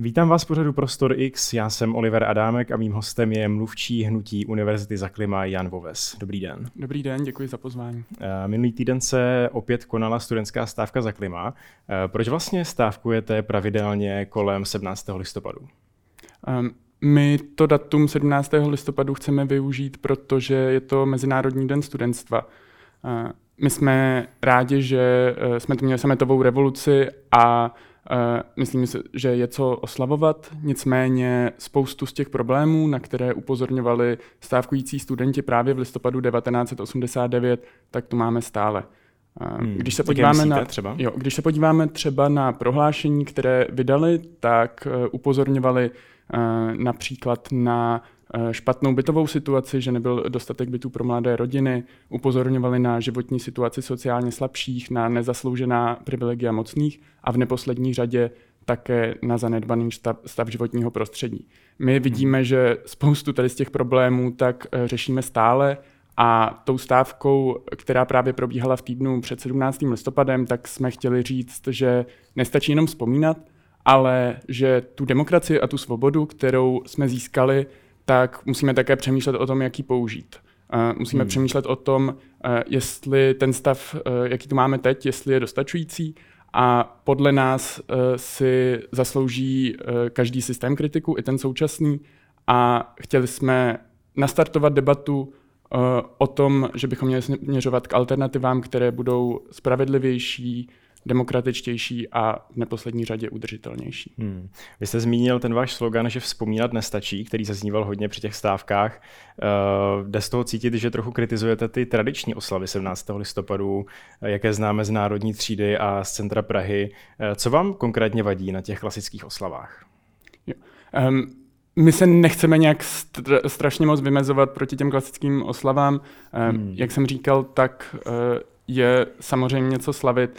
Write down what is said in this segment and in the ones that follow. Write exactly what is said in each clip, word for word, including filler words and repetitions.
Vítám vás v pořadu Prostor X, já jsem Oliver Adámek a mým hostem je mluvčí hnutí Univerzity za klima Jan Voves. Dobrý den. Dobrý den, děkuji za pozvání. Minulý týden se opět konala studentská stávka za klima. Proč vlastně stávkujete pravidelně kolem sedmnáctého listopadu? Um, my to datum sedmnáctého listopadu chceme využít, protože je to Mezinárodní den studentstva. Uh, my jsme rádi, že uh, jsme tu měli sametovou revoluci a Uh, myslím si, že je co oslavovat, nicméně spoustu z těch problémů, na které upozorňovali stávkující studenti právě v listopadu devatenáct set osmdesát devět, tak tu máme stále. Uh, hmm, když, se podíváme na, třeba? Jo, když se podíváme třeba na prohlášení, které vydali, tak uh, upozorňovali uh, například na špatnou bytovou situaci, že nebyl dostatek bytů pro mladé rodiny, upozorňovali na životní situaci sociálně slabších, na nezasloužená privilegia mocných a v neposlední řadě také na zanedbaný stav, stav životního prostředí. My vidíme, že spoustu tady z těch problémů tak řešíme stále a tou stávkou, která právě probíhala v týdnu před sedmnáctým listopadem, tak jsme chtěli říct, že nestačí jenom vzpomínat, ale že tu demokracii a tu svobodu, kterou jsme získali, tak musíme také přemýšlet o tom, jak ji použít. Uh, musíme hmm. přemýšlet o tom, uh, jestli ten stav, uh, jaký tu máme teď, jestli je dostačující a podle nás uh, si zaslouží uh, každý systém kritiku, i ten současný a chtěli jsme nastartovat debatu uh, o tom, že bychom měli směřovat k alternativám, které budou spravedlivější, demokratičtější a v neposlední řadě udržitelnější. Hmm. Vy jste zmínil ten váš slogan, že vzpomínat nestačí, který zazníval hodně při těch stávkách. Uh, jde z toho cítit, že trochu kritizujete ty tradiční oslavy sedmnáctého listopadu, jaké známe z Národní třídy a z centra Prahy. Uh, co vám konkrétně vadí na těch klasických oslavách? Jo. Um, my se nechceme nějak str- strašně moc vymezovat proti těm klasickým oslavám. Um, hmm. Jak jsem říkal, tak uh, je samozřejmě něco slavit.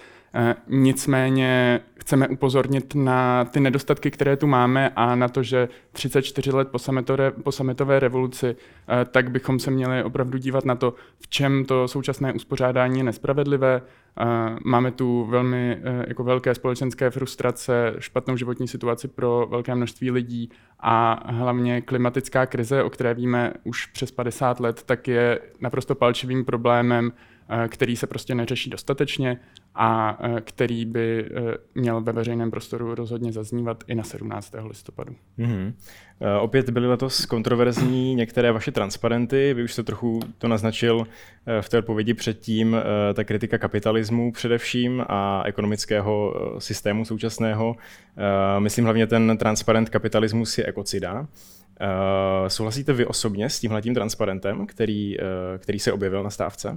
Nicméně chceme upozornit na ty nedostatky, které tu máme a na to, že třicet čtyři let po, sametové, po sametové revoluci, tak bychom se měli opravdu dívat na to, v čem to současné uspořádání je nespravedlivé. Máme tu velmi jako velké společenské frustrace, špatnou životní situaci pro velké množství lidí a hlavně klimatická krize, o které víme už přes padesát let, tak je naprosto palčivým problémem, který se prostě neřeší dostatečně a který by měl ve veřejném prostoru rozhodně zaznívat i na sedmnáctého listopadu. Mm-hmm. Opět byly letos kontroverzní některé vaše transparenty, vy už jste trochu to naznačil v té odpovědi předtím, ta kritika kapitalismu především a ekonomického systému současného. Myslím hlavně ten transparent kapitalismus je ekocida. Uh, souhlasíte vy osobně s tímhletím transparentem, který, uh, který se objevil na stávce?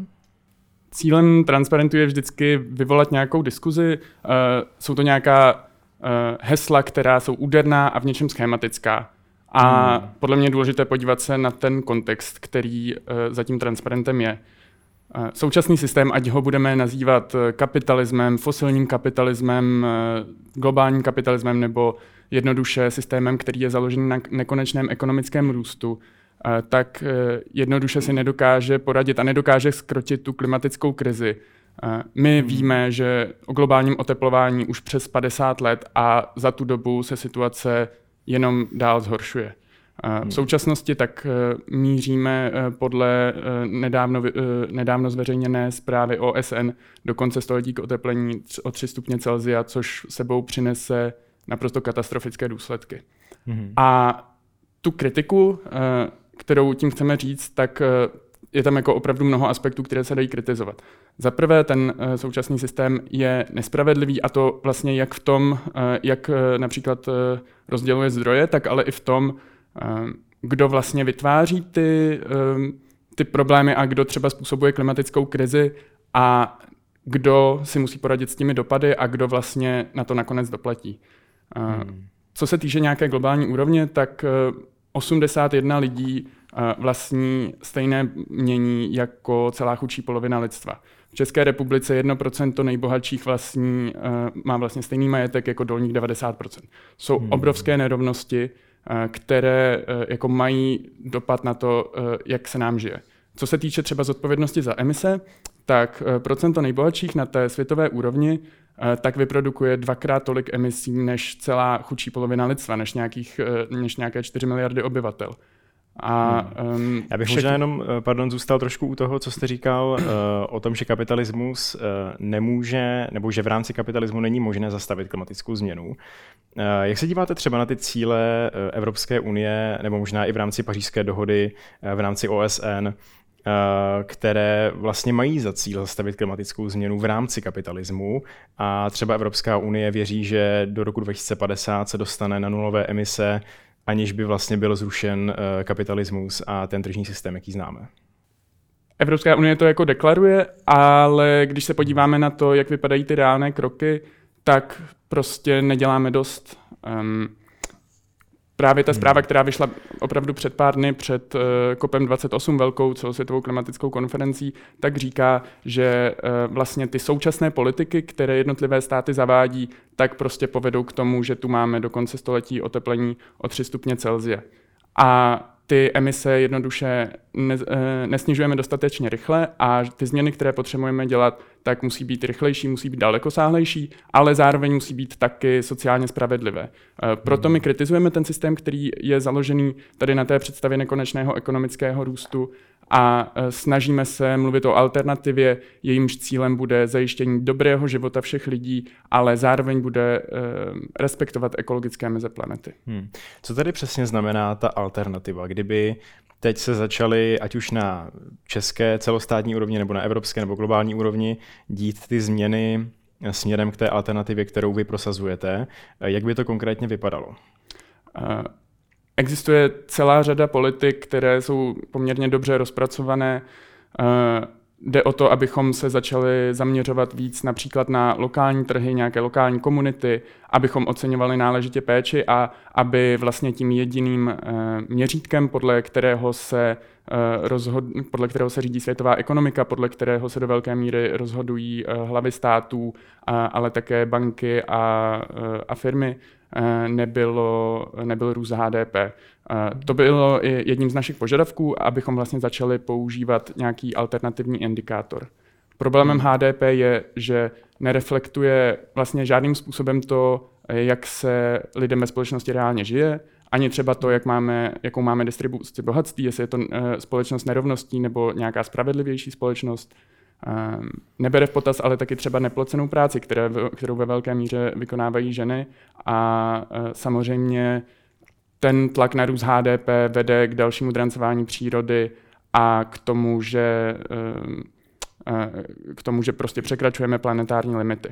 Cílem transparentu je vždycky vyvolat nějakou diskuzi. Uh, jsou to nějaká uh, hesla, která jsou úderná a v něčem schématická. A hmm. podle mě je důležité podívat se na ten kontext, který uh, za tím transparentem je. Uh, současný systém, ať ho budeme nazývat kapitalismem, fosilním kapitalismem, uh, globálním kapitalismem nebo jednoduše systémem, který je založený na nekonečném ekonomickém růstu, tak jednoduše si nedokáže poradit a nedokáže zkrotit tu klimatickou krizi. My hmm. víme, že o globálním oteplování už přes padesát let a za tu dobu se situace jenom dál zhoršuje. V současnosti tak míříme podle nedávno, nedávno zveřejněné zprávy O S N do konce století k oteplení o tři stupně Celsia, což sebou přinese naprosto katastrofické důsledky. Hmm. A tu kritiku, kterou tím chceme říct, tak je tam jako opravdu mnoho aspektů, které se dají kritizovat. Za prvé, ten současný systém je nespravedlivý a to vlastně jak v tom, jak například rozděluje zdroje, tak ale i v tom, kdo vlastně vytváří ty, ty problémy a kdo třeba způsobuje klimatickou krizi a kdo si musí poradit s těmi dopady a kdo vlastně na to nakonec doplatí. Hmm. Co se týče nějaké globální úrovně, tak osmdesát jedna lidí vlastní stejné mění jako celá chudší polovina lidstva. V České republice jedno procento nejbohatších vlastní, má vlastně stejný majetek jako dolních devadesát procent. Jsou hmm. obrovské nerovnosti, které jako mají dopad na to, jak se nám žije. Co se týče třeba zodpovědnosti za emise, tak procento nejbohatších na té světové úrovni tak vyprodukuje dvakrát tolik emisí než celá chudší polovina lidstva, než, nějakých, než nějaké čtyři miliardy obyvatel. A, um, Já bych však... možná jenom, pardon, zůstal trošku u toho, co jste říkal uh, o tom, že kapitalismus uh, nemůže, nebo že v rámci kapitalismu není možné zastavit klimatickou změnu. Uh, jak se díváte třeba na ty cíle uh, Evropské unie, nebo možná i v rámci Pařížské dohody, uh, v rámci O S N, uh, které vlastně mají za cíl zastavit klimatickou změnu v rámci kapitalismu, a třeba Evropská unie věří, že do roku dva tisíce padesát se dostane na nulové emise, aniž by vlastně byl zrušen uh, kapitalismus a ten tržní systém, jaký známe. Evropská unie to jako deklaruje, ale když se podíváme na to, jak vypadají ty reálné kroky, tak prostě neděláme dost. Um, právě ta zpráva, která vyšla opravdu před pár dny před uh, COPem dvacet osm, velkou celosvětovou klimatickou konferencí, tak říká, že uh, vlastně ty současné politiky, které jednotlivé státy zavádí, tak prostě povedou k tomu, že tu máme do konce století oteplení o tři stupně Celsia. A ty emise jednoduše ne, nesnižujeme dostatečně rychle a ty změny, které potřebujeme dělat, tak musí být rychlejší, musí být dalekosáhlejší, ale zároveň musí být taky sociálně spravedlivé. Proto my kritizujeme ten systém, který je založený tady na té představě nekonečného ekonomického růstu a snažíme se mluvit o alternativě, jejímž cílem bude zajištění dobrého života všech lidí, ale zároveň bude respektovat ekologické meze planety. Hmm. Co tedy přesně znamená ta alternativa? Kdyby teď se začaly, ať už na české celostátní úrovni, nebo na evropské, nebo globální úrovni, dít ty změny směrem k té alternativě, kterou vy prosazujete, jak by to konkrétně vypadalo? Uh... Existuje celá řada politik, které jsou poměrně dobře rozpracované. Jde o to, abychom se začali zaměřovat víc například na lokální trhy, nějaké lokální komunity, abychom oceňovali náležitě péči a aby vlastně tím jediným měřítkem, podle kterého se rozhod, podle kterého se řídí světová ekonomika, podle kterého se do velké míry rozhodují hlavy států, ale také banky a, a firmy, nebylo, nebyl růst H D P. To bylo i jedním z našich požadavků, abychom vlastně začali používat nějaký alternativní indikátor. Problémem H D P je, že nereflektuje vlastně žádným způsobem to, jak se lidem ve společnosti reálně žije, ani třeba to, jak máme, jakou máme distribuci bohatství, jestli je to společnost nerovností nebo nějaká spravedlivější společnost. Nebere v potaz ale taky třeba neplacenou práci, které, kterou ve velké míře vykonávají ženy, a samozřejmě ten tlak na růst H D P vede k dalšímu drancování přírody a k tomu, že, k tomu, že prostě překračujeme planetární limity.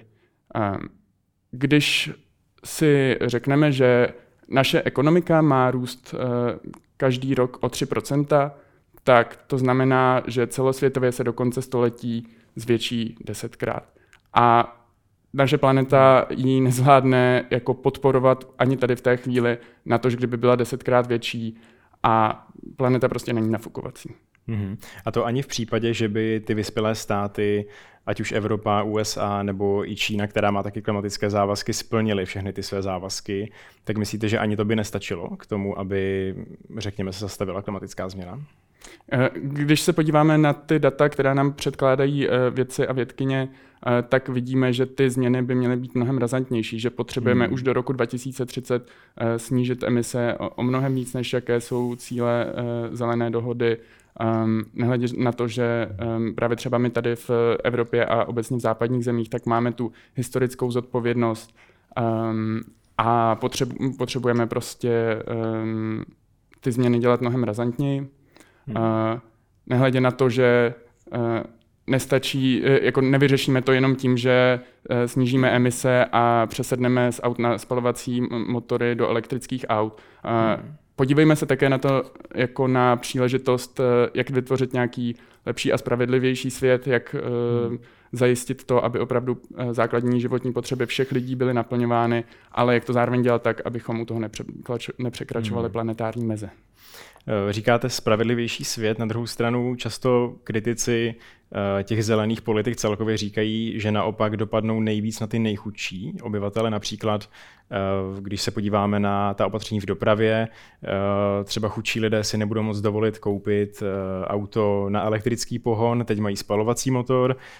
Když si řekneme, že naše ekonomika má růst každý rok o tři procenta, tak to znamená, že celosvětově se do konce století zvětší desetkrát. A naše planeta ji nezvládne jako podporovat ani tady v té chvíli na to, že kdyby byla desetkrát větší, a planeta prostě není nafukovací. Mm-hmm. A to ani v případě, že by ty vyspělé státy, ať už Evropa, U S A nebo i Čína, která má taky klimatické závazky, splnily všechny ty své závazky, tak myslíte, že ani to by nestačilo k tomu, aby, řekněme, se zastavila klimatická změna? Když se podíváme na ty data, která nám předkládají vědci a vědkyně, tak vidíme, že ty změny by měly být mnohem razantnější, že potřebujeme hmm. už do roku dva tisíce třicet snížit emise o mnohem víc, než jaké jsou cíle zelené dohody. Nehledě na to, že právě třeba my tady v Evropě a obecně v západních zemích, tak máme tu historickou zodpovědnost a potřebujeme prostě ty změny dělat mnohem razantněji. Hmm. Uh, nehledě na to, že uh, nestačí, jako nevyřešíme to jenom tím, že uh, snížíme emise a přesedneme z aut na spalovací motory do elektrických aut. Uh, hmm. Podívejme se také na to jako na příležitost, uh, jak vytvořit nějaký lepší a spravedlivější svět, jak uh, hmm. zajistit to, aby opravdu uh, základní životní potřeby všech lidí byly naplňovány, ale jak to zároveň dělat tak, abychom u toho nepřekrač- nepřekračovali hmm. planetární meze. Říkáte spravedlivější svět, na druhou stranu často kritici těch zelených politik celkově říkají, že naopak dopadnou nejvíc na ty nejchudší obyvatele. Například, když se podíváme na ta opatření v dopravě, třeba chudší lidé si nebudou moct dovolit koupit auto na elektrický pohon, teď mají spalovací motor, nebo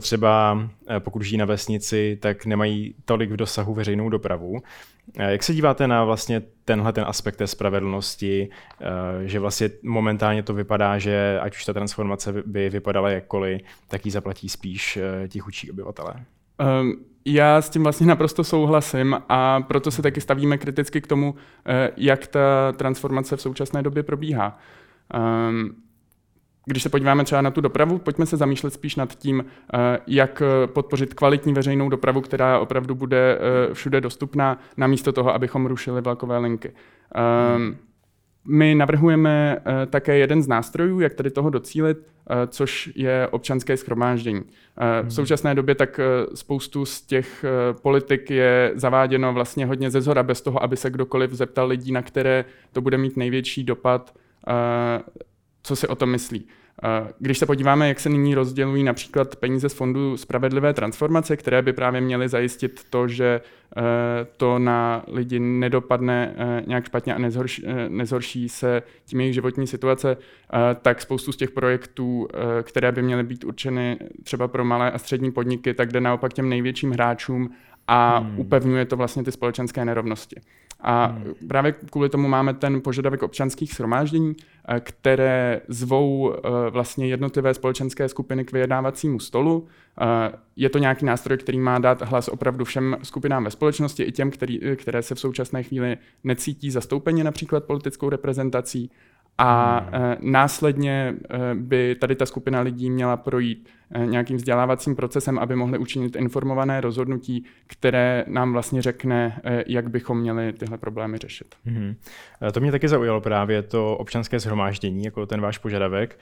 třeba pokud žijí na vesnici, tak nemají tolik v dosahu veřejnou dopravu. Jak se díváte na vlastně tenhle ten aspekt té spravedlnosti, že vlastně momentálně to vypadá, že ať už ta transformace by vypadala jakkoliv, tak ji zaplatí spíš ti chudší obyvatelé? Um, já s tím vlastně naprosto souhlasím a proto se taky stavíme kriticky k tomu, jak ta transformace v současné době probíhá. Um, Když se podíváme třeba na tu dopravu, pojďme se zamýšlet spíš nad tím, jak podpořit kvalitní veřejnou dopravu, která opravdu bude všude dostupná, namísto toho, abychom rušili vlakové linky. My navrhujeme také jeden z nástrojů, jak tady toho docílit, což je občanské shromáždění. V současné době tak spoustu z těch politik je zaváděno vlastně hodně ze zhora, bez toho, aby se kdokoliv zeptal lidí, na které to bude mít největší dopad, co si o tom myslí. Když se podíváme, jak se nyní rozdělují například peníze z Fondu spravedlivé transformace, které by právě měly zajistit to, že to na lidi nedopadne nějak špatně a nezhorší, nezhorší se tím jejich životní situace, tak spoustu z těch projektů, které by měly být určeny třeba pro malé a střední podniky, tak jde naopak těm největším hráčům a hmm. upevňuje to vlastně ty společenské nerovnosti. A hmm. právě kvůli tomu máme ten požadavek občanských shromáždění, které zvou vlastně jednotlivé společenské skupiny k vyjednávacímu stolu. Je to nějaký nástroj, který má dát hlas opravdu všem skupinám ve společnosti, i těm, který, které se v současné chvíli necítí zastoupeni například politickou reprezentací. A hmm. následně by tady ta skupina lidí měla projít nějakým vzdělávacím procesem, aby mohli učinit informované rozhodnutí, které nám vlastně řekne, jak bychom měli tyhle problémy řešit. Hmm. To mě taky zaujalo právě to občanské shromáždění, jako ten váš požadavek.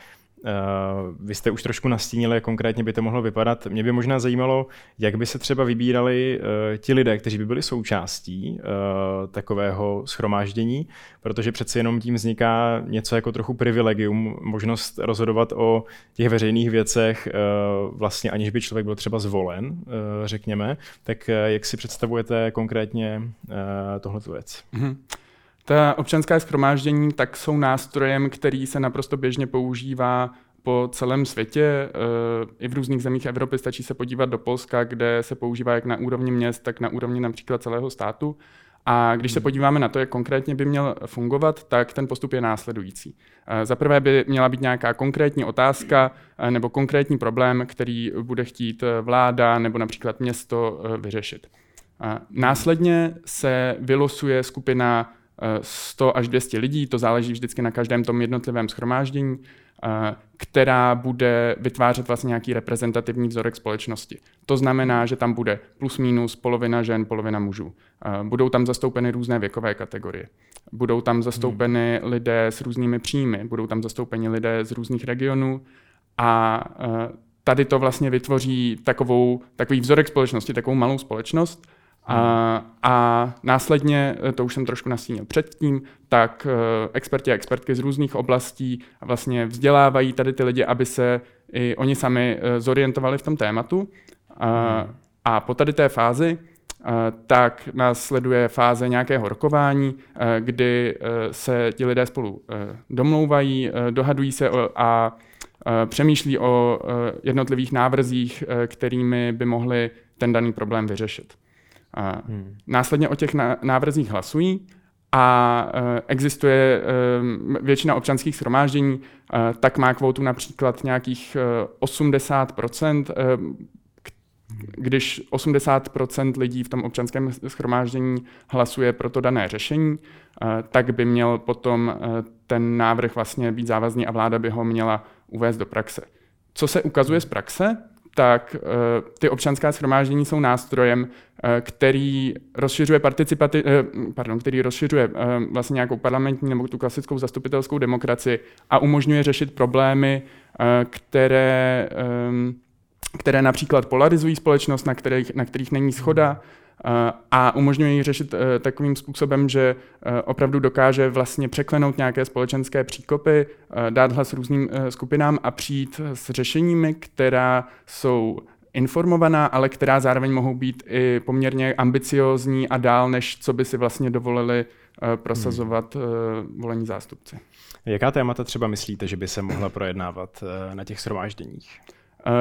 Vy jste už trošku nastínili, jak konkrétně by to mohlo vypadat. Mě by možná zajímalo, jak by se třeba vybírali uh, ti lidé, kteří by byli součástí uh, takového shromáždění, protože přeci jenom tím vzniká něco jako trochu privilegium, možnost rozhodovat o těch veřejných věcech uh, vlastně aniž by člověk byl třeba zvolen, uh, řekněme. Tak uh, jak si představujete konkrétně uh, tohletu věc? Mm-hmm. Ta občanská shromáždění tak jsou nástrojem, který se naprosto běžně používá po celém světě. I v různých zemích Evropy stačí se podívat do Polska, kde se používá jak na úrovni měst, tak na úrovni například celého státu. A když se podíváme na to, jak konkrétně by měl fungovat, tak ten postup je následující. Za prvé by měla být nějaká konkrétní otázka nebo konkrétní problém, který bude chtít vláda nebo například město vyřešit. Následně se vylosuje skupina sto až dvě stě lidí, to záleží vždycky na každém tom jednotlivém shromáždění, která bude vytvářet vlastně nějaký reprezentativní vzorek společnosti. To znamená, že tam bude plus minus polovina žen, polovina mužů. Budou tam zastoupeny různé věkové kategorie. Budou tam zastoupeny hmm. lidé s různými příjmy, budou tam zastoupeni lidé z různých regionů a tady to vlastně vytvoří takovou, takový vzorek společnosti, takovou malou společnost. A, a následně, to už jsem trošku nastínil předtím, tak experti a expertky z různých oblastí vlastně vzdělávají tady ty lidi, aby se i oni sami zorientovali v tom tématu. A, a po tady té fázi tak následuje fáze nějakého rokování, kdy se ti lidé spolu domlouvají, dohadují se a přemýšlí o jednotlivých návrzích, kterými by mohli ten daný problém vyřešit. Hmm. Následně o těch návrzích hlasují a existuje většina občanských shromáždění, tak má kvotu například nějakých osmdesát procent, když osmdesát procent lidí v tom občanském shromáždění hlasuje pro to dané řešení, tak by měl potom ten návrh vlastně být závazný a vláda by ho měla uvést do praxe. Co se ukazuje z praxe? Tak ty občanská shromáždění jsou nástrojem, který rozšiřuje participaty, pardon, který rozšiřuje vlastně nějakou parlamentní nebo tu klasickou zastupitelskou demokracii a umožňuje řešit problémy, které, které například polarizují společnost, na kterých, na kterých není shoda, a umožňuje ji řešit takovým způsobem, že opravdu dokáže vlastně překlenout nějaké společenské příkopy, dát hlas různým skupinám a přijít s řešeními, která jsou informovaná, ale která zároveň mohou být i poměrně ambiciózní a dál, než co by si vlastně dovolili prosazovat hmm. volení zástupci. Jaká témata třeba myslíte, že by se mohla projednávat na těch shromážděních?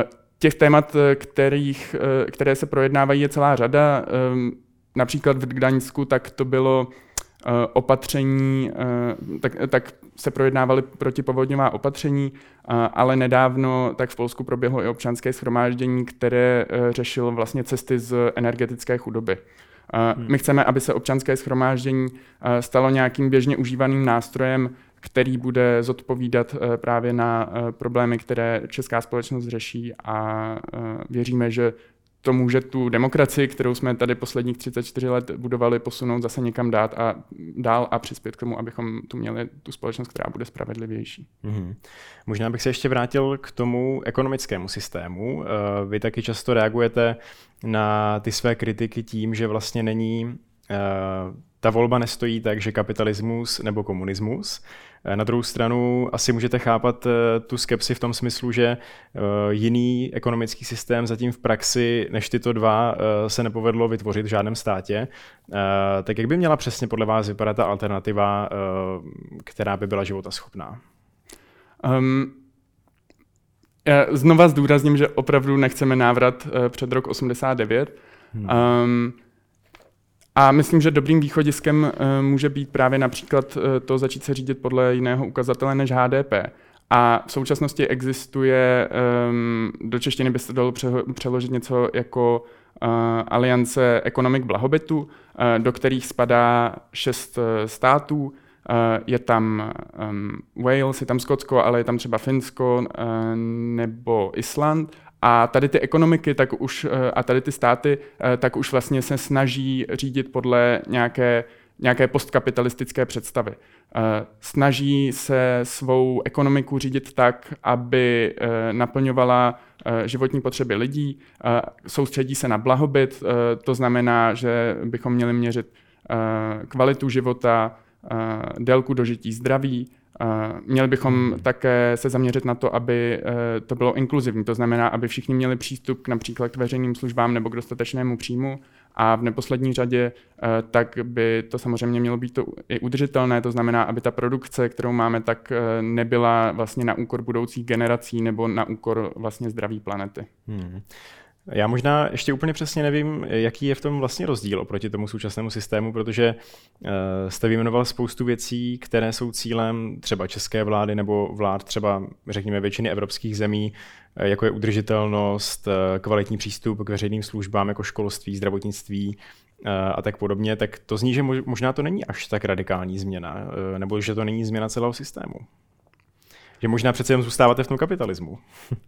těch témat, kterých, které se projednávají, je celá řada. Například v Gdaňsku tak to bylo opatření, tak, tak se projednávaly protipovodňová opatření, ale nedávno tak v Polsku proběhlo i občanské shromáždění, které řešilo vlastně cesty z energetické chudoby. Hmm. My chceme, aby se občanské shromáždění stalo nějakým běžně užívaným nástrojem, který bude zodpovídat právě na problémy, které česká společnost řeší, a věříme, že to může tu demokracii, kterou jsme tady posledních třicet čtyři let budovali, posunout zase někam dát a dál a přispět k tomu, abychom tu měli tu společnost, která bude spravedlivější. Mm-hmm. Možná bych se ještě vrátil k tomu ekonomickému systému. Vy taky často reagujete na ty své kritiky tím, že vlastně není, ta volba nestojí tak, že kapitalismus nebo komunismus. Na druhou stranu asi můžete chápat tu skepsi v tom smyslu, že jiný ekonomický systém zatím v praxi než tyto dva se nepovedlo vytvořit v žádném státě. Tak jak by měla přesně podle vás vypadat ta alternativa, která by byla životaschopná? Um, já znova zdůrazním, že opravdu nechceme návrat před rok osmdesát devět. Hmm. Um, A myslím, že dobrým východiskem může být právě například to začít se řídit podle jiného ukazatele než H D P. A v současnosti existuje, do češtiny by se dalo přeložit něco jako Aliance ekonomik blahobytu, do kterých spadá šest států. Je tam Wales, je tam Skotsko, ale je tam třeba Finsko nebo Island. A tady ty ekonomiky tak už, a tady ty státy tak už vlastně se snaží řídit podle nějaké, nějaké postkapitalistické představy. Snaží se svou ekonomiku řídit tak, aby naplňovala životní potřeby lidí, soustředí se na blahobyt, to znamená, že bychom měli měřit kvalitu života, délku dožití, zdraví. Měli bychom také se zaměřit na to, aby to bylo inkluzivní, to znamená, aby všichni měli přístup k například k veřejným službám nebo k dostatečnému příjmu, a v neposlední řadě tak by to samozřejmě mělo být to i udržitelné, to znamená, aby ta produkce, kterou máme, tak nebyla vlastně na úkor budoucích generací nebo na úkor vlastně zdraví planety. Hmm. Já možná ještě úplně přesně nevím, jaký je v tom vlastně rozdíl oproti tomu současnému systému, protože jste vyjmenoval spoustu věcí, které jsou cílem třeba české vlády nebo vlád třeba, řekněme, většiny evropských zemí, jako je udržitelnost, kvalitní přístup k veřejným službám jako školství, zdravotnictví a tak podobně, tak to zní, že možná to není až tak radikální změna, nebo že to není změna celého systému. Že možná přece jen zůstáváte v tom kapitalismu. Uh...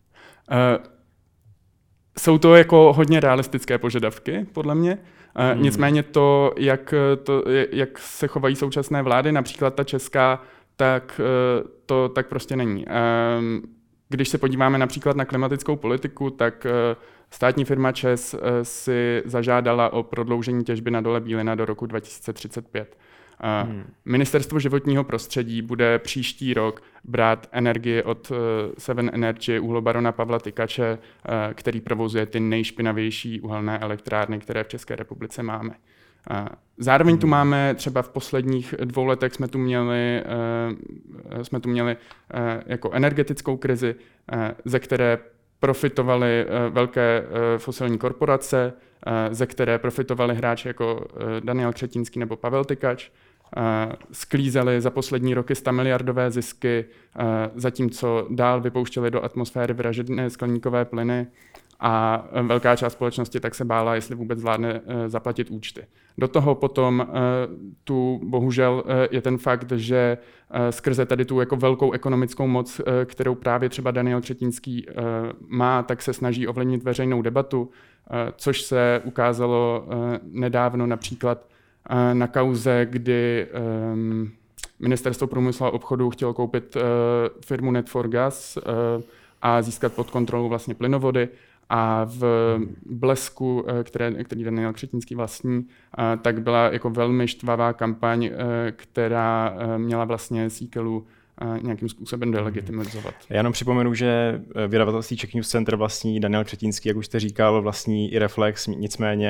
Jsou to jako hodně realistické požadavky, podle mě. Hmm. Nicméně to jak, to, jak se chovají současné vlády, například ta česká, tak to tak prostě není. Když se podíváme například na klimatickou politiku, tak státní firma ČEZ si zažádala o prodloužení těžby na dole Bílina do roku dva tisíce třicet pět. Hmm. Ministerstvo životního prostředí bude příští rok brát energii od Seven Energy uhlobarona Pavla Tykače, který provozuje ty nejšpinavější uhelné elektrárny, které v České republice máme. Zároveň hmm. tu máme třeba v posledních dvou letech jsme tu měli, jsme tu měli jako energetickou krizi, ze které profitovaly velké fosilní korporace, ze které profitovali hráči jako Daniel Křetínský nebo Pavel Tykač. Sklízeli za poslední roky stamiliardové zisky, zatímco dál vypouštěli do atmosféry vražedné skleníkové plyny, a velká část společnosti tak se bála, jestli vůbec zvládne zaplatit účty. Do toho potom tu bohužel je ten fakt, že skrze tady tu jako velkou ekonomickou moc, kterou právě třeba Daniel Křetínský má, tak se snaží ovlivnit veřejnou debatu, což se ukázalo nedávno například na kauze, kdy Ministerstvo průmyslu a obchodu chtělo koupit firmu Net for Gas a získat pod kontrolu vlastně plynovody. A v Blesku, které, který Daniel Křetínský vlastní, tak byla jako velmi štvavá kampaň, která měla vlastně Síkelu nějakým způsobem delegitimizovat. Já jenom připomenu, že vydavatelství Czech News Center vlastní Daniel Křetínský, jak už jste říkal, vlastní i Reflex, nicméně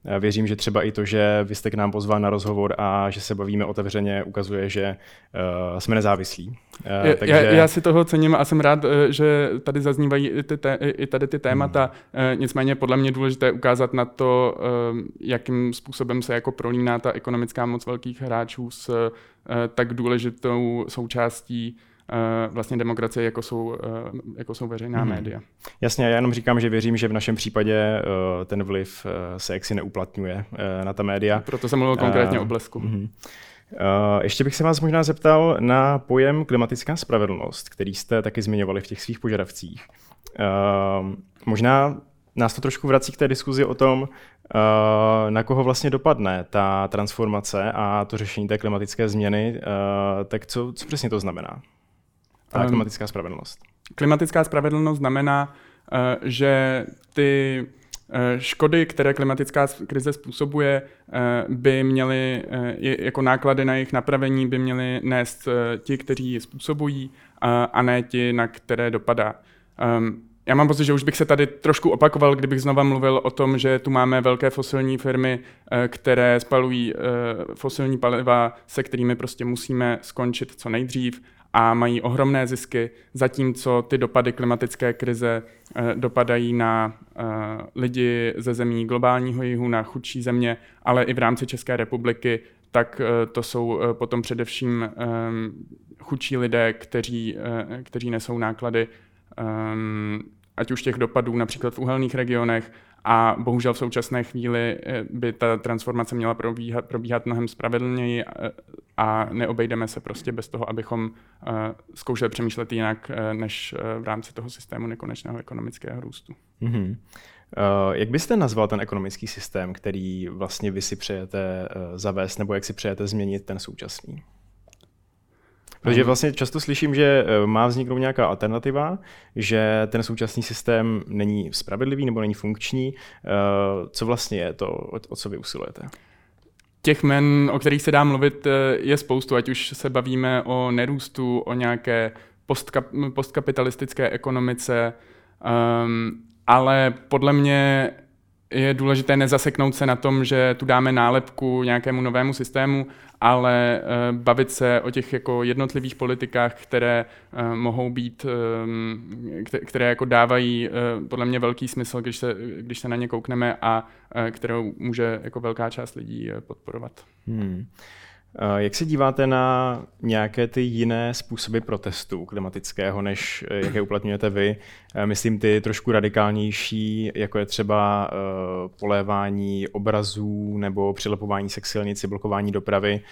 Věřím, že třeba i to, že vy jste k nám pozván na rozhovor a že se bavíme otevřeně, ukazuje, že uh, jsme nezávislí. Uh, já, takže... já, já si toho cením a jsem rád, že tady zaznívají i, ty té, i tady ty témata. Hmm. Nicméně podle mě důležité ukázat na to, jakým způsobem se jako prolíná ta ekonomická moc velkých hráčů s tak důležitou součástí vlastně demokracie, jako jsou, jako jsou veřejná hmm. média. Jasně, já jenom říkám, že věřím, že v našem případě ten vliv se jaksi neuplatňuje na ta média. Proto jsem mluvil konkrétně uh, o Blesku. Uh, ještě bych se vás možná zeptal na pojem klimatická spravedlnost, který jste taky zmiňovali v těch svých požadavcích. Uh, možná nás to trošku vrací k té diskuzi o tom, na koho vlastně dopadne ta transformace a to řešení té klimatické změny. Tak co, co přesně to znamená? Ta klimatická spravedlnost. Klimatická spravedlnost znamená, že ty škody, které klimatická krize způsobuje, by měly, jako náklady na jejich napravení by měly nést ti, kteří ji způsobují, a ne ti, na které dopadá. Já mám pocit, že už bych se tady trošku opakoval, kdybych znova mluvil o tom, že tu máme velké fosilní firmy, které spalují fosilní paliva, se kterými prostě musíme skončit co nejdřív a mají ohromné zisky, zatímco ty dopady klimatické krize dopadají na lidi ze zemí globálního jihu, na chudší země, ale i v rámci České republiky, tak to jsou potom především chudší lidé, kteří, kteří nesou náklady Um, ať už těch dopadů například v uhelných regionech, a bohužel v současné chvíli by ta transformace měla probíhat, probíhat mnohem spravedlněji a, a neobejdeme se prostě bez toho, abychom uh, zkoušeli přemýšlet jinak, uh, než uh, v rámci toho systému nekonečného ekonomického růstu. Mm-hmm. Uh, jak byste nazval ten ekonomický systém, který vlastně vy si přejete uh, zavést, nebo jak si přejete změnit ten současný? Protože vlastně často slyším, že má vzniknout nějaká alternativa, že ten současný systém není spravedlivý nebo není funkční. Co vlastně je to, o co vy usilujete? Těch men, o kterých se dá mluvit, je spoustu, ať už se bavíme o nerůstu, o nějaké postkap- postkapitalistické ekonomice, um, ale podle mě je důležité nezaseknout se na tom, že tu dáme nálepku nějakému novému systému, ale uh, bavit se o těch jako jednotlivých politikách, které uh, mohou být, um, které jako dávají uh, podle mě velký smysl, když se, když se na ně koukneme a uh, kterou může jako velká část lidí uh, podporovat. Hmm. Jak se díváte na nějaké ty jiné způsoby protestu klimatického, než jaké uplatňujete vy? Myslím ty trošku radikálnější, jako je třeba polévání obrazů nebo přilepování se k silnici, blokování dopravy.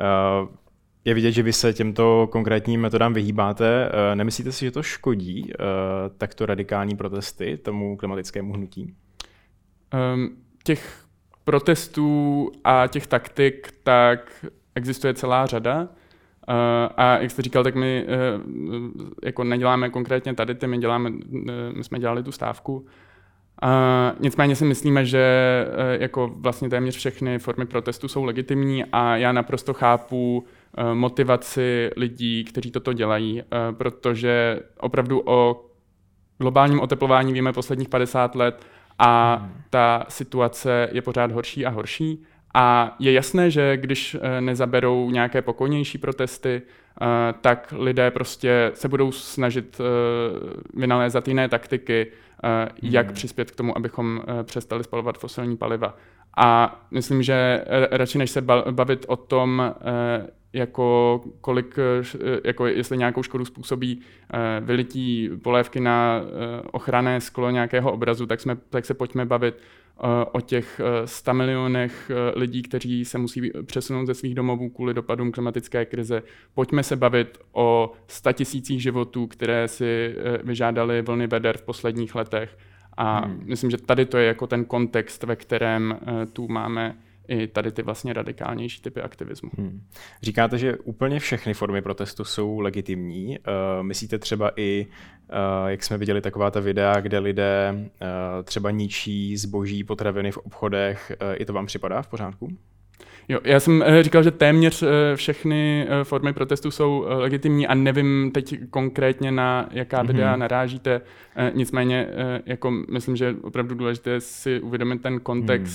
Je vidět, že vy se těmto konkrétním metodám vyhýbáte. Nemyslíte si, že to škodí takto radikální protesty tomu klimatickému hnutí? Um, těch protestů a těch taktik, tak existuje celá řada. Uh, a jak jste říkal, tak my uh, jako neděláme konkrétně tady ty, my, děláme, uh, my jsme dělali tu stávku. Uh, nicméně si myslíme, že uh, jako vlastně téměř všechny formy protestu jsou legitimní a já naprosto chápu uh, motivaci lidí, kteří toto dělají, uh, protože opravdu o globálním oteplování víme posledních padesát let a hmm. ta situace je pořád horší a horší. A je jasné, že když nezaberou nějaké pokojnější protesty, tak lidé prostě se budou snažit vynalézat jiné taktiky, jak hmm. přispět k tomu, abychom přestali spalovat fosilní paliva. A myslím, že radši než se bavit o tom, jako kolik, jako jestli nějakou škodu způsobí vylití polévky na ochranné sklo nějakého obrazu, tak, jsme, tak se pojďme bavit o těch sta milionech lidí, kteří se musí přesunout ze svých domovů kvůli dopadům klimatické krize. Pojďme se bavit o statisících životů, které si vyžádaly vlny veder v posledních letech. A hmm. myslím, že tady to je jako ten kontext, ve kterém tu máme i tady ty vlastně radikálnější typy aktivismu. Hmm. Říkáte, že úplně všechny formy protestu jsou legitimní. Uh, myslíte třeba i, uh, jak jsme viděli taková ta videa, kde lidé uh, třeba ničí zboží, potraviny v obchodech, uh, i to vám připadá v pořádku? Jo, já jsem říkal, že téměř všechny formy protestu jsou legitimní a nevím teď konkrétně, na jaká videa mm-hmm. narážíte. Nicméně jako myslím, že je opravdu důležité si uvědomit ten kontext mm.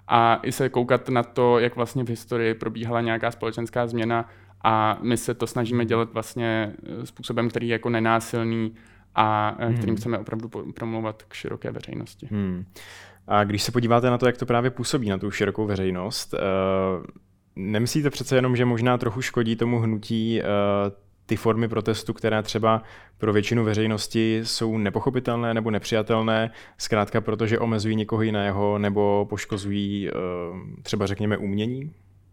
a i se koukat na to, jak vlastně v historii probíhala nějaká společenská změna a my se to snažíme dělat vlastně způsobem, který je jako nenásilný a kterým hmm. chceme opravdu promlouvat k široké veřejnosti. Hmm. A když se podíváte na to, jak to právě působí na tu širokou veřejnost, uh, nemyslíte přece jenom, že možná trochu škodí tomu hnutí uh, ty formy protestu, které třeba pro většinu veřejnosti jsou nepochopitelné nebo nepřijatelné, zkrátka protože omezují někoho jiného nebo poškozují uh, třeba řekněme umění?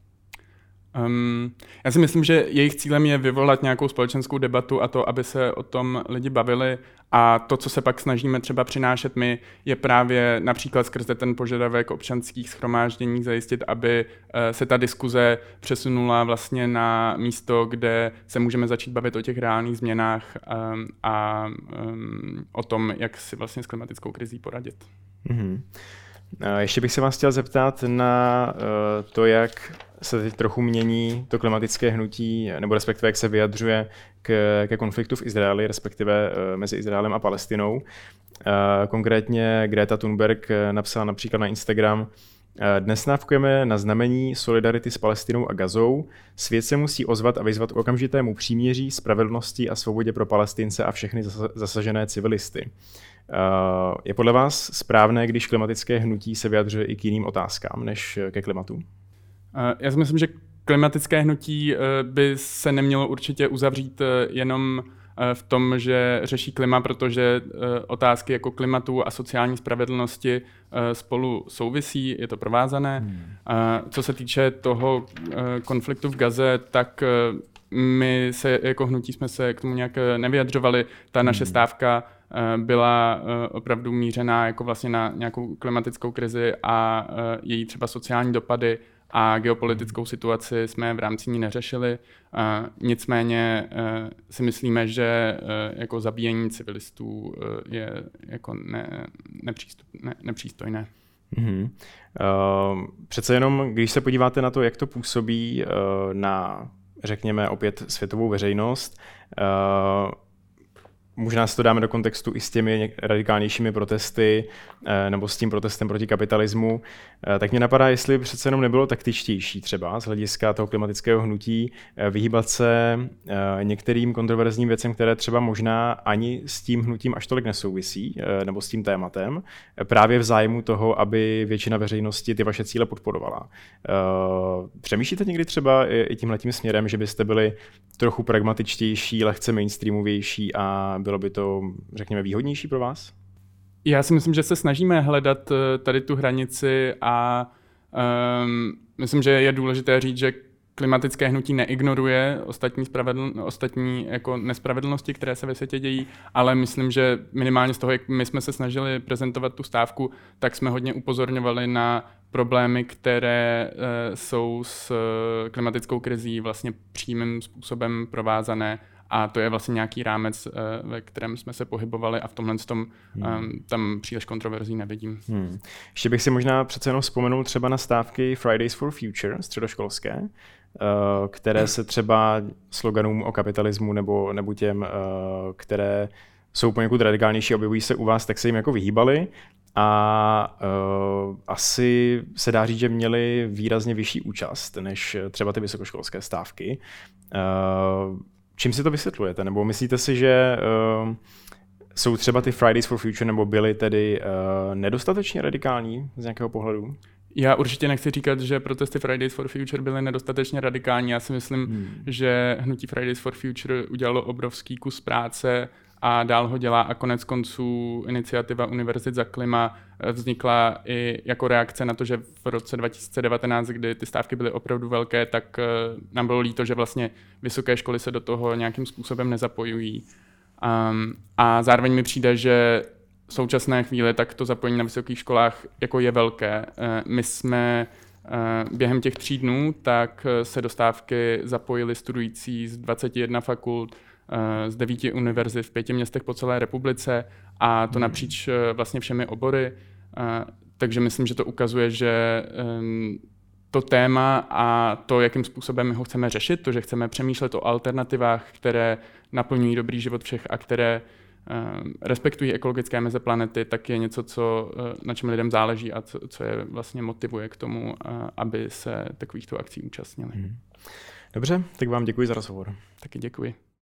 Um, já si myslím, že jejich cílem je vyvolat nějakou společenskou debatu a to, aby se o tom lidi bavili a to, co se pak snažíme třeba přinášet my, je právě například skrze ten požadavek občanských shromáždění zajistit, aby uh, se ta diskuze přesunula vlastně na místo, kde se můžeme začít bavit o těch reálných změnách um, a um, o tom, jak si vlastně s klimatickou krizí poradit. Mm-hmm. Ještě bych se vás chtěl zeptat na uh, to, jak se teď trochu mění to klimatické hnutí, nebo respektive jak se vyjadřuje k, ke konfliktu v Izraeli, respektive uh, mezi Izraelem a Palestinou. Uh, konkrétně Greta Thunberg napsala například na Instagram: Dnes návkujeme na znamení solidarity s Palestinou a Gazou. Svět se musí ozvat a vyzvat k okamžitému příměří, spravedlnosti a svobodě pro Palestince a všechny zasažené civilisty. Je podle vás správné, když klimatické hnutí se vyjadřuje i k jiným otázkám než ke klimatu? Já si myslím, že klimatické hnutí by se nemělo určitě uzavřít jenom v tom, že řeší klima, protože otázky jako klimatu a sociální spravedlnosti spolu souvisí, je to provázané. Hmm. Co se týče toho konfliktu v Gaze, tak my se jako hnutí jsme se k tomu nějak nevyjadřovali. Ta naše hmm. stávka byla opravdu mířená jako vlastně na nějakou klimatickou krizi a její třeba sociální dopady a geopolitickou situaci jsme v rámci ní neřešili. Nicméně si myslíme, že jako zabíjení civilistů je jako ne, nepřístup, ne, nepřístojné. Mm-hmm. Uh, přece jenom, když se podíváte na to, jak to působí uh, na, řekněme, opět světovou veřejnost, uh, možná si to dáme do kontextu i s těmi radikálnějšími protesty nebo s tím protestem proti kapitalismu, tak mě napadá, jestli přece jenom nebylo taktičtější třeba z hlediska toho klimatického hnutí vyhýbat se některým kontroverzním věcem, které třeba možná ani s tím hnutím až tolik nesouvisí, nebo s tím tématem, právě v zájmu toho, aby většina veřejnosti ty vaše cíle podporovala. Přemýšlíte někdy třeba i tímhletím směrem, že byste byli trochu pragmatičtější, lehce mainstreamovější a bylo by to, řekněme, výhodnější pro vás? Já si myslím, že se snažíme hledat tady tu hranici a um, myslím, že je důležité říct, že klimatické hnutí neignoruje ostatní, spravedl- ostatní jako nespravedlnosti, které se ve světě dějí, ale myslím, že minimálně z toho, jak my jsme se snažili prezentovat tu stávku, tak jsme hodně upozorňovali na problémy, které uh, jsou s uh, klimatickou krizí vlastně přímým způsobem provázané. A to je vlastně nějaký rámec, ve kterém jsme se pohybovali a v tomhle tom, hmm. tam příliš kontroverzí nevidím. Hmm. Ještě bych si možná přece jenom vzpomenul třeba na stávky Fridays for Future středoškolské, které se třeba sloganům o kapitalismu nebo, nebo těm, které jsou poněkud radikálnější, objevují se u vás, tak se jim jako vyhýbali. A uh, asi se dá říct, že měli výrazně vyšší účast než třeba ty vysokoškolské stávky. Uh, Čím si to vysvětlujete? Nebo myslíte si, že uh, jsou třeba ty Fridays for Future nebo byly tedy uh, nedostatečně radikální z nějakého pohledu? Já určitě nechci říkat, že protesty Fridays for Future byly nedostatečně radikální. Já si myslím, hmm. že hnutí Fridays for Future udělalo obrovský kus práce a dál ho dělá a konec konců iniciativa Univerzit za klima vznikla i jako reakce na to, že v roce dva tisíce devatenáct, kdy ty stávky byly opravdu velké, tak nám bylo líto, že vlastně vysoké školy se do toho nějakým způsobem nezapojují. Um, a zároveň mi přijde, že v současné chvíli tak to zapojení na vysokých školách jako je velké. My jsme během těch tří dnů tak se do stávky zapojili studující z dvaceti jedné fakult, z devíti univerzit v pěti městech po celé republice a to napříč vlastně všemi obory. Takže myslím, že to ukazuje, že to téma a to, jakým způsobem ho chceme řešit, to, že chceme přemýšlet o alternativách, které naplňují dobrý život všech a které respektují ekologické meze planety, tak je něco, co, na čem lidem záleží a co, co je vlastně motivuje k tomu, aby se takovýchto akcí účastnili. Dobře, tak vám děkuji za rozhovor. Taky děkuji.